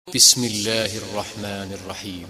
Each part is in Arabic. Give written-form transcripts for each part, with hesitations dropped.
بسم الله الرحمن الرحيم.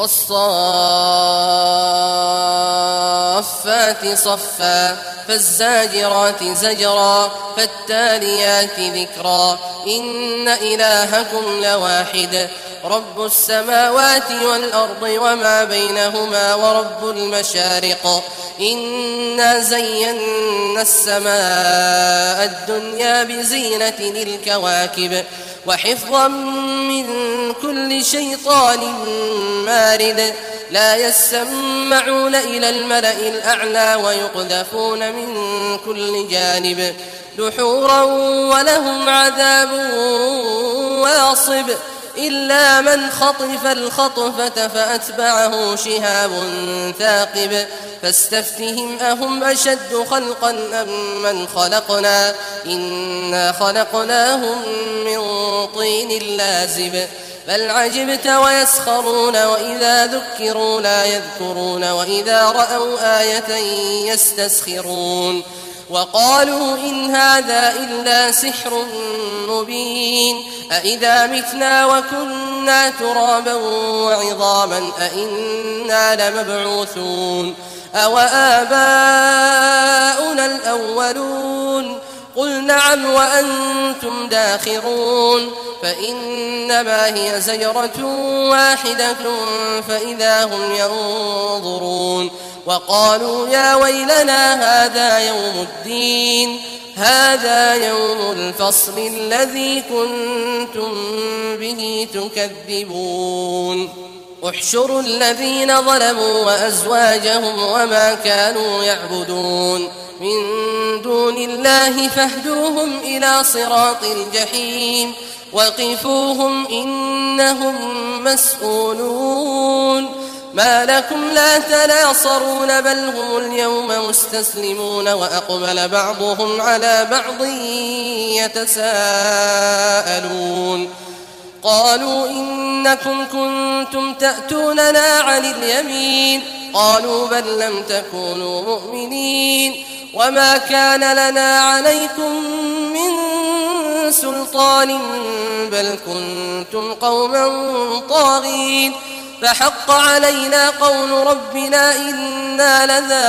والصافات صفا فالزاجرات زجرا فالتاليات ذكرا إن إلهكم لواحد رب السماوات والأرض وما بينهما ورب المشارق إنا زينا السماء الدنيا بزينة الكواكب وحفظا من كل شيطان مارد لا يسمعون إلى الملأ الأعلى ويقذفون من كل جانب دحورا ولهم عذاب واصب إلا من خطف الخطفة فأتبعه شهاب ثاقب فاستفتهم أهم أشد خلقا أم من خلقنا إنا خلقناهم من طين لازب بل عجبت ويسخرون وإذا ذكروا لا يذكرون وإذا رأوا آية يستسخرون وقالوا إن هذا إلا سحر مبين أإذا متنا وكنا ترابا وعظاما أإنا لمبعوثون أوآباؤنا الأولون قل نعم وأنتم داخرون فإنما هي زجرة واحدة فإذا هم ينظرون وقالوا يا ويلنا هذا يوم الدين هذا يوم الفصل الذي كنتم به تكذبون احشروا الذين ظلموا وأزواجهم وما كانوا يعبدون من دون الله فاهدوهم إلى صراط الجحيم وقفوهم إنهم مسؤولون ما لكم لا تناصرون بل هم اليوم مستسلمون وأقبل بعضهم على بعض يتساءلون قالوا إنكم كنتم تأتوننا عن اليمين قالوا بل لم تكونوا مؤمنين وما كان لنا عليكم من سلطان بل كنتم قوما طاغين فحق علينا قول ربنا إنا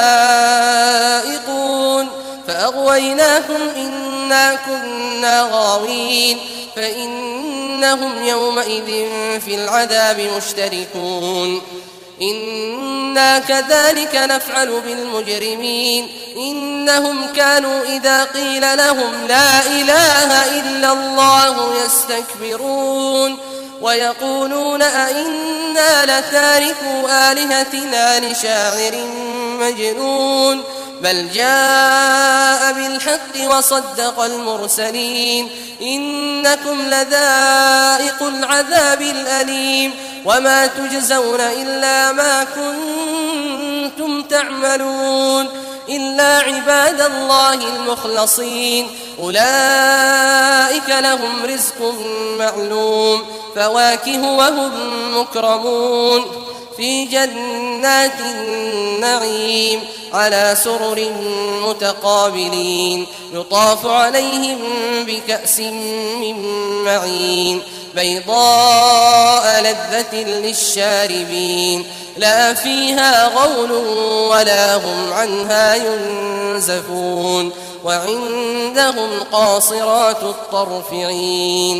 لذائقون فأغويناكم إنا كنا غاوين فإنهم يومئذ في العذاب مشتركون إنا كذلك نفعل بالمجرمين إنهم كانوا إذا قيل لهم لا إله إلا الله يستكبرون ويقولون أئنا لتاركوا آلهتنا لشاعر مجنون بل جاء بالحق وصدق المرسلين إنكم لذائق العذاب الأليم وما تجزون إلا ما كنتم تعملون إلا عباد الله المخلصين أولئك لهم رزق معلوم فواكه وهم مكرمون في جنات النعيم على سرر متقابلين يطاف عليهم بكأس من معين بيضاء لذة للشاربين لا فيها غول ولا هم عنها ينزفون وعندهم قاصرات الطرف عين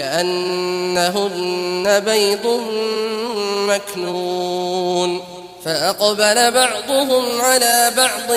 كأنهن بيض مكنون فأقبل بعضهم على بعض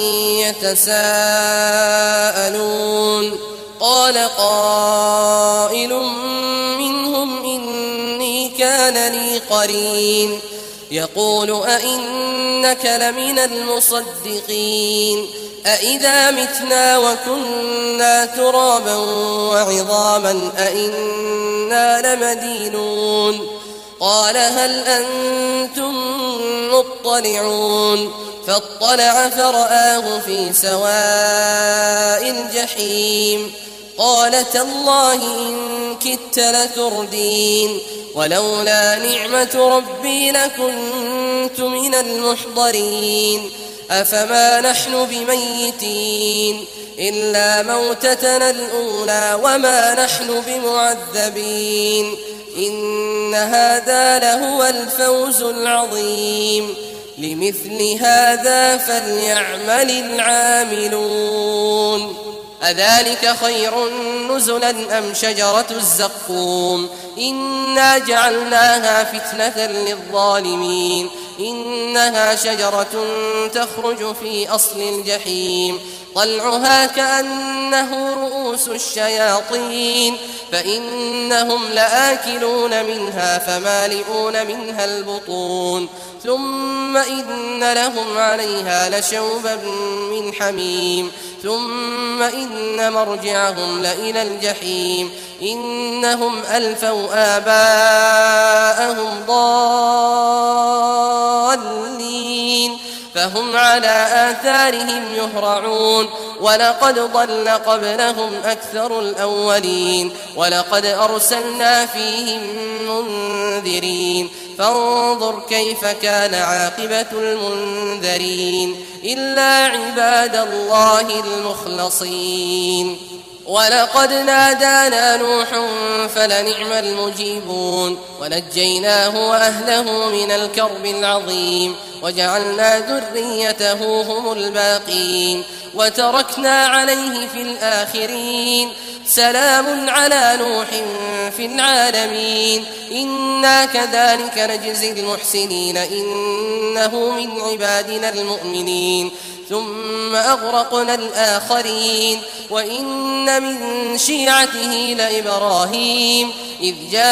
يتساءلون قال قائل منهم إني كان لي قرين يقول أئنك لمن المصدقين أئذا متنا وكنا ترابا وعظاما أئنا لمدينون قال هل أنتم مطلعون فاطلع فرآه في سواء الجحيم قال تالله إن كدت لتردين ولولا نعمة ربي لكنت من المحضرين أفما نحن بميتين إلا موتتنا الأولى وما نحن بمعذبين إن هذا لهو الفوز العظيم لمثل هذا فليعمل العاملون أذلك خير نزلا أم شجرة الزقوم إنا جعلناها فتنة للظالمين إنها شجرة تخرج في أصل الجحيم طلعها كأنه رؤوس الشياطين فإنهم لآكلون منها فمالئون منها البطون ثم إن لهم عليها لشوبا من حميم ثم إن مرجعهم لإلى الجحيم إنهم ألفوا آباءهم ضالين فهم على آثارهم يهرعون ولقد ضل قبلهم أكثر الأولين ولقد أرسلنا فيهم منذرين فانظر كيف كان عاقبة المنذرين إلا عباد الله المخلصين ولقد نادانا نوح فلنعم المجيبون ونجيناه وأهله من الكرب العظيم وجعلنا ذريته هم الباقين وتركنا عليه في الآخرين سلام على نوح في العالمين إنا كذلك نجزي المحسنين إنه من عبادنا المؤمنين ثم أغرقنا الآخرين وإن من شيعته لإبراهيم إذ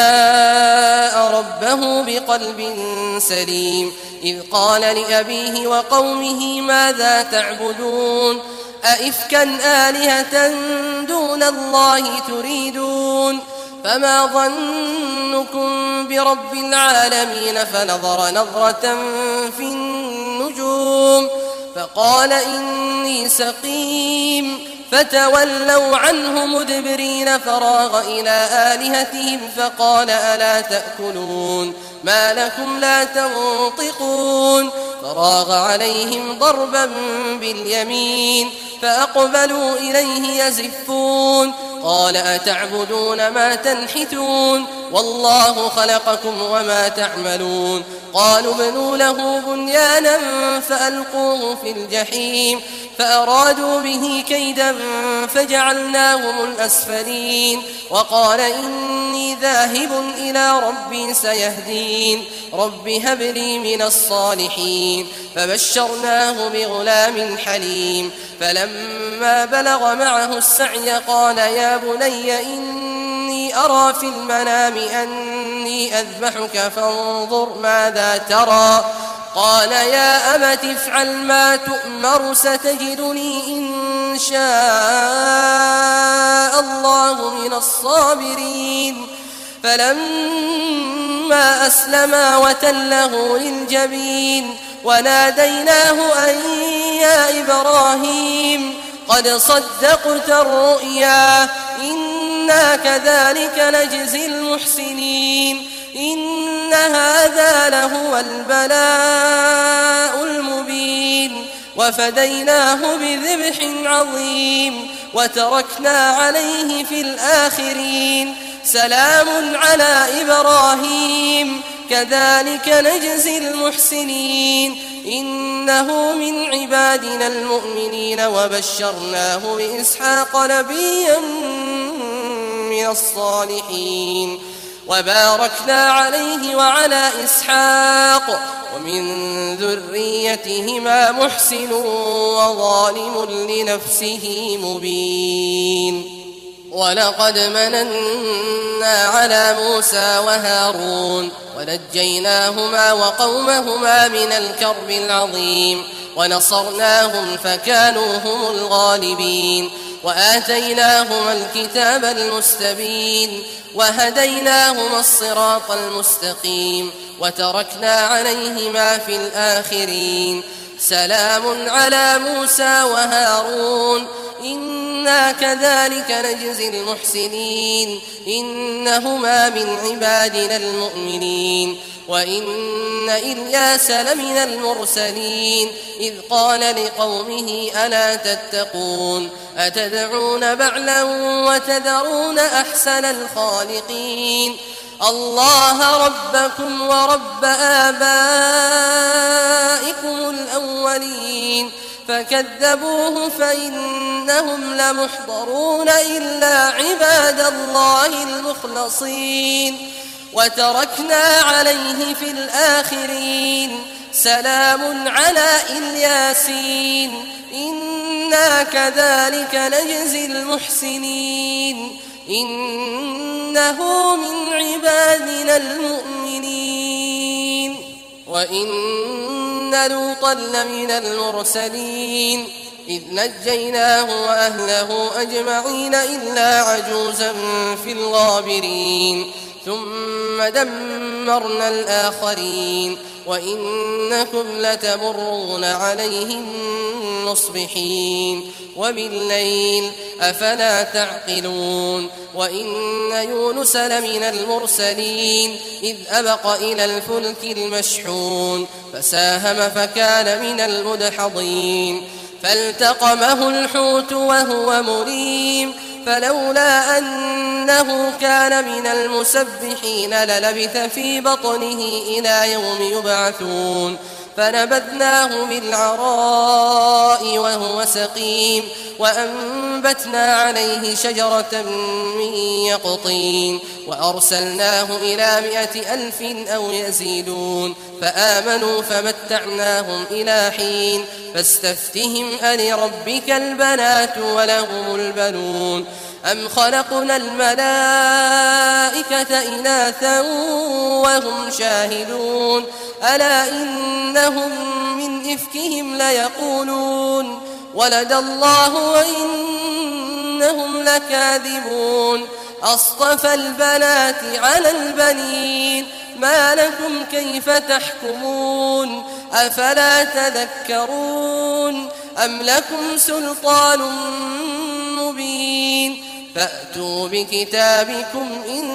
جاء ربه بقلب سليم إذ قال لأبيه وقومه ماذا تعبدون أئفكا آلهة دون الله تريدون فما ظنكم برب العالمين فنظر نظرة في النجوم فقال إني سقيم فتولوا عنه مدبرين فراغ إلى آلهتهم فقال ألا تأكلون ما لكم لا تنطقون فراغ عليهم ضربا باليمين فأقبلوا إليه يزفون قال أتعبدون ما تنحتون والله خلقكم وما تعملون قالوا ابنوا له بنيانا فألقوه في الجحيم فأرادوا به كيدا فجعلناهم الأسفلين وقال إني ذاهب إلى ربي سيهدين رب هب لي من الصالحين فبشرناه بغلام حليم فلما بلغ معه السعي قال يا بني إني أرى في المنام أني أذبحك فانظر ماذا ترى قال يا أبت افعل ما تؤمر ستجدني إن شاء الله من الصابرين فلما أسلما وتله للجبين وناديناه أن يا إبراهيم قد صدقت الرؤيا إنا كذلك نجزي المحسنين إن هذا لهو البلاء المبين وفديناه بذبح عظيم وتركنا عليه في الآخرين سلام على إبراهيم كذلك نجزي المحسنين إنه من عبادنا المؤمنين وبشرناه بإسحاق نبيا من الصالحين وباركنا عليه وعلى إسحاق ومن ذريتهما محسن وظالم لنفسه مبين ولقد مننا على موسى وهارون ونجيناهما وقومهما من الكرب العظيم ونصرناهم فكانوا هم الغالبين وآتيناهما الكتاب المستبين وهديناهما الصراط المستقيم وتركنا عليهما في الآخرين سلام على موسى وهارون إنا كذلك نجزي المحسنين إنهما من عبادنا المؤمنين وإن إلياس لمن المرسلين إذ قال لقومه ألا تتقون أتدعون بعلا وتذرون أحسن الخالقين الله ربكم ورب آبائكم الأولين فكذبوه فإنهم لمحضرون إلا عباد الله المخلصين وتركنا عليه في الآخرين سلام على الياسين إنا كذلك نجزي المحسنين إنه من عبادنا المؤمنين وإن لوطا لمن المرسلين إذ نجيناه وأهله أجمعين إلا عجوزا في الغابرين ثم دمرنا الآخرين وإنكم لتمرون عليهم مصبحين وبالليل أفلا تعقلون وإن يونس لمن المرسلين إذ أبق إلى الفلك المشحون فساهم فكان من المدحضين فالتقمه الحوت وهو مليم فلولا أنه كان من المسبحين للبث في بطنه إلى يوم يبعثون فنبذناه بالعراء وهو سقيم وأنبتنا عليه شجرة من يقطين وأرسلناه إلى 100,000 أو يزيدون فآمنوا فمتعناهم إلى حين فاستفتهم ألربك البنات ولهم البنون أم خلقنا الملائكة إناثا وهم شاهدون ألا إنهم من إفكهم ليقولون ولد الله وإنهم لكاذبون أصطفى البنات على البنين ما لكم كيف تحكمون أفلا تذكرون أم لكم سلطان مبين فأتوا بكتابكم إن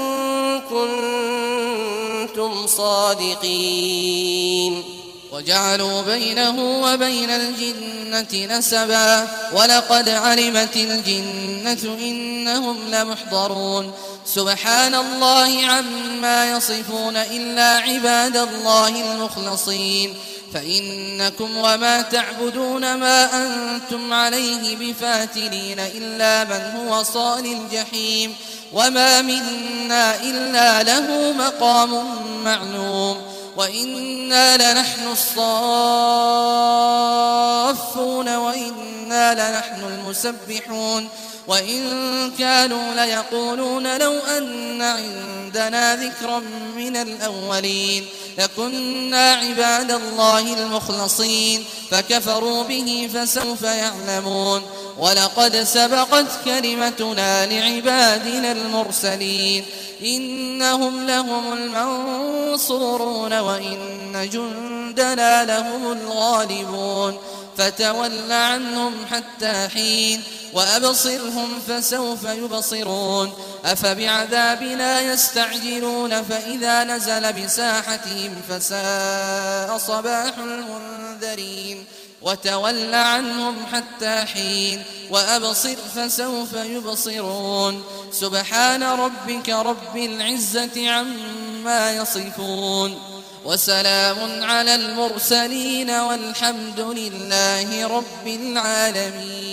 كنتم صادقين وجعلوا بينه وبين الجنة نسبا ولقد علمت الجنة إنهم لمحضرون سبحان الله عما يصفون إلا عباد الله المخلصين فإنكم وما تعبدون ما أنتم عليه بفاتنين إلا من هو صال الجحيم وما منا إلا له مقام معلوم وإنا لنحن الصافون وإنا لنحن المسبحون وإن كانوا ليقولون لو أن عندنا ذكرا من الأولين لكنا عباد الله المخلصين فكفروا به فسوف يعلمون ولقد سبقت كلمتنا لعبادنا المرسلين إنهم لهم المنصورون وإن جندنا لهم الغالبون فتول عنهم حتى حين وأبصرهم فسوف يبصرون أفبعذابنا يستعجلون فإذا نزل بساحتهم فساء صباح المنذرين وتول عنهم حتى حين وأبصر فسوف يبصرون سبحان ربك رب العزة عما يصفون وسلام على المرسلين والحمد لله رب العالمين.